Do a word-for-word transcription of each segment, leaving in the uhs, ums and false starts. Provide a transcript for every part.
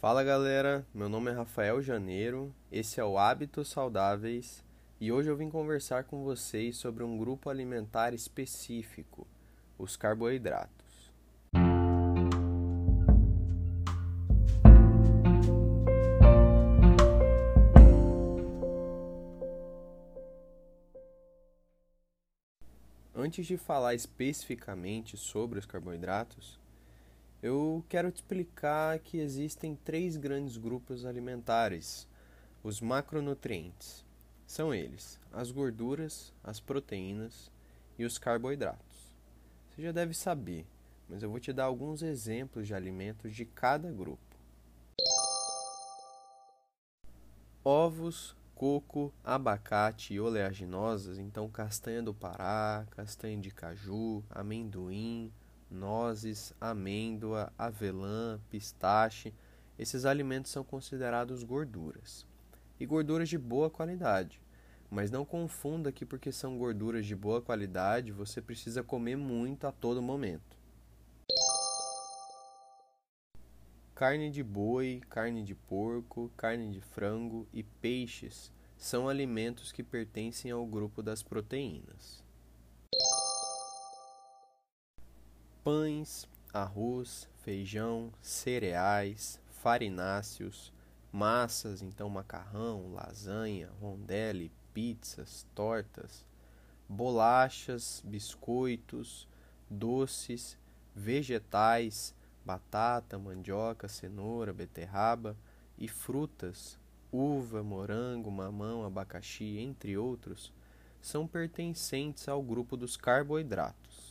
Fala galera, meu nome é Rafael Janeiro, esse é o Hábitos Saudáveis e hoje eu vim conversar com vocês sobre um grupo alimentar específico, os carboidratos. Antes de falar especificamente sobre os carboidratos, eu quero te explicar que existem três grandes grupos alimentares, os macronutrientes. São eles, as gorduras, as proteínas e os carboidratos. Você já deve saber, mas eu vou te dar alguns exemplos de alimentos de cada grupo. Ovos, coco, abacate e oleaginosas, então castanha do Pará, castanha de caju, amendoim, nozes, amêndoa, avelã, pistache, esses alimentos são considerados gorduras. E gorduras de boa qualidade. Mas não confunda que porque são gorduras de boa qualidade, você precisa comer muito a todo momento. Carne de boi, carne de porco, carne de frango e peixes são alimentos que pertencem ao grupo das proteínas. Pães, arroz, feijão, cereais, farináceos, massas, então macarrão, lasanha, rondelli, pizzas, tortas, bolachas, biscoitos, doces, vegetais, batata, mandioca, cenoura, beterraba e frutas, uva, morango, mamão, abacaxi, entre outros, são pertencentes ao grupo dos carboidratos.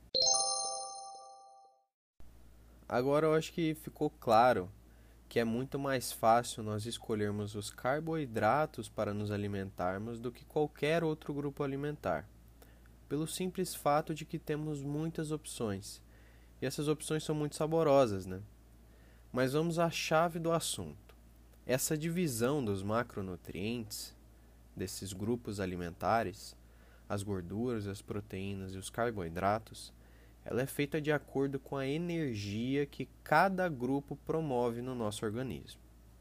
Agora eu acho que ficou claro que é muito mais fácil nós escolhermos os carboidratos para nos alimentarmos do que qualquer outro grupo alimentar, pelo simples fato de que temos muitas opções, e essas opções são muito saborosas, né? Mas vamos à chave do assunto. Essa divisão dos macronutrientes, desses grupos alimentares, as gorduras, as proteínas e os carboidratos, ela é feita de acordo com a energia que cada grupo promove no nosso organismo.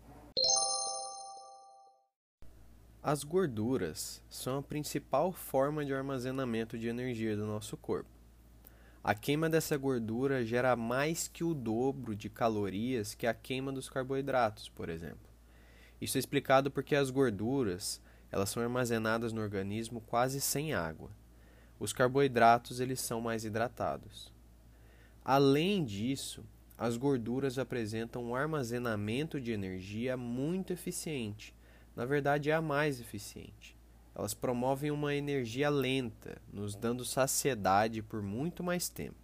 As gorduras são a principal forma de armazenamento de energia do nosso corpo. A queima dessa gordura gera mais que o dobro de calorias que a queima dos carboidratos, por exemplo. Isso é explicado porque as gorduras, elas são armazenadas no organismo quase sem água. Os carboidratos, eles são mais hidratados. Além disso, as gorduras apresentam um armazenamento de energia muito eficiente. Na verdade, é a mais eficiente. Elas promovem uma energia lenta, nos dando saciedade por muito mais tempo.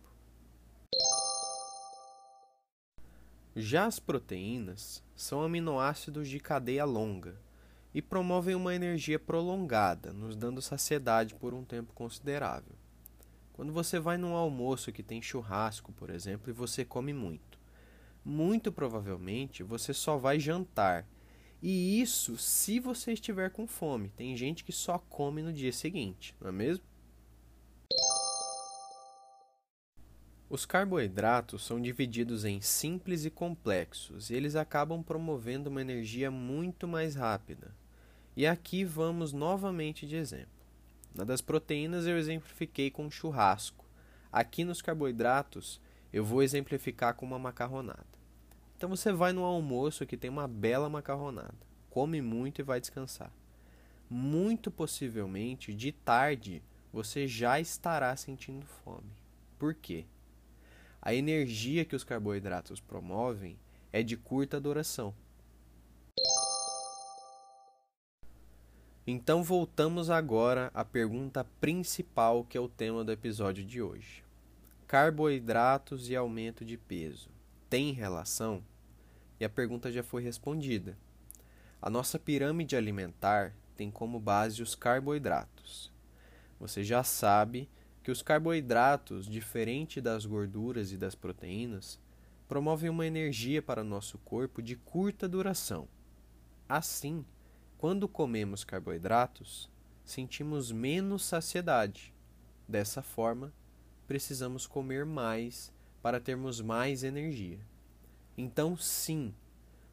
Já as proteínas são aminoácidos de cadeia longa e promovem uma energia prolongada, nos dando saciedade por um tempo considerável. Quando você vai num almoço que tem churrasco, por exemplo, e você come muito, muito provavelmente você só vai jantar. E isso se você estiver com fome. Tem gente que só come no dia seguinte, não é mesmo? Os carboidratos são divididos em simples e complexos, e eles acabam promovendo uma energia muito mais rápida. E aqui vamos novamente de exemplo. Na das proteínas eu exemplifiquei com churrasco. Aqui nos carboidratos eu vou exemplificar com uma macarronada. Então você vai no almoço que tem uma bela macarronada, come muito e vai descansar. Muito possivelmente, de tarde, você já estará sentindo fome. Por quê? A energia que os carboidratos promovem é de curta duração. Então voltamos agora à pergunta principal, que é o tema do episódio de hoje. Carboidratos e aumento de peso têm relação? E a pergunta já foi respondida. A nossa pirâmide alimentar tem como base os carboidratos. Você já sabe que os carboidratos, diferente das gorduras e das proteínas, promovem uma energia para o nosso corpo de curta duração. Assim, quando comemos carboidratos, sentimos menos saciedade. Dessa forma, precisamos comer mais para termos mais energia. Então, sim,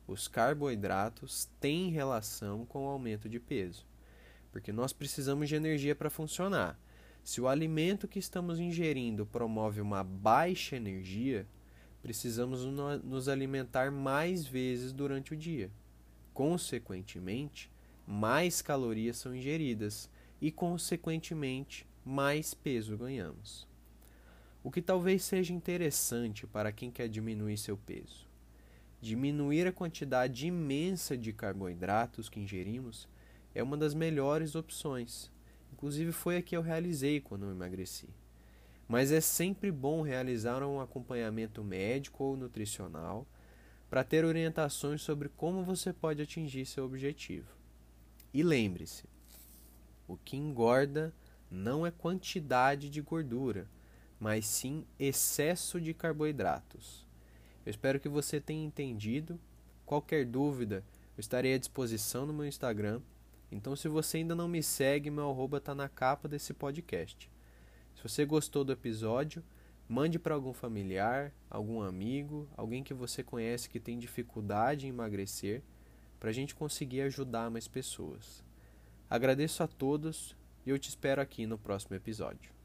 os carboidratos têm relação com o aumento de peso, porque nós precisamos de energia para funcionar. Se o alimento que estamos ingerindo promove uma baixa energia, precisamos nos alimentar mais vezes durante o dia. Consequentemente, mais calorias são ingeridas e, consequentemente, mais peso ganhamos. O que talvez seja interessante para quem quer diminuir seu peso. Diminuir a quantidade imensa de carboidratos que ingerimos é uma das melhores opções. Inclusive foi a que eu realizei quando eu emagreci. Mas é sempre bom realizar um acompanhamento médico ou nutricional para ter orientações sobre como você pode atingir seu objetivo. E lembre-se, o que engorda não é quantidade de gordura, mas sim excesso de carboidratos. Eu espero que você tenha entendido. Qualquer dúvida, eu estarei à disposição no meu Instagram. Então, se você ainda não me segue, meu arroba está na capa desse podcast. Se você gostou do episódio, mande para algum familiar, algum amigo, alguém que você conhece que tem dificuldade em emagrecer, para a gente conseguir ajudar mais pessoas. Agradeço a todos e eu te espero aqui no próximo episódio.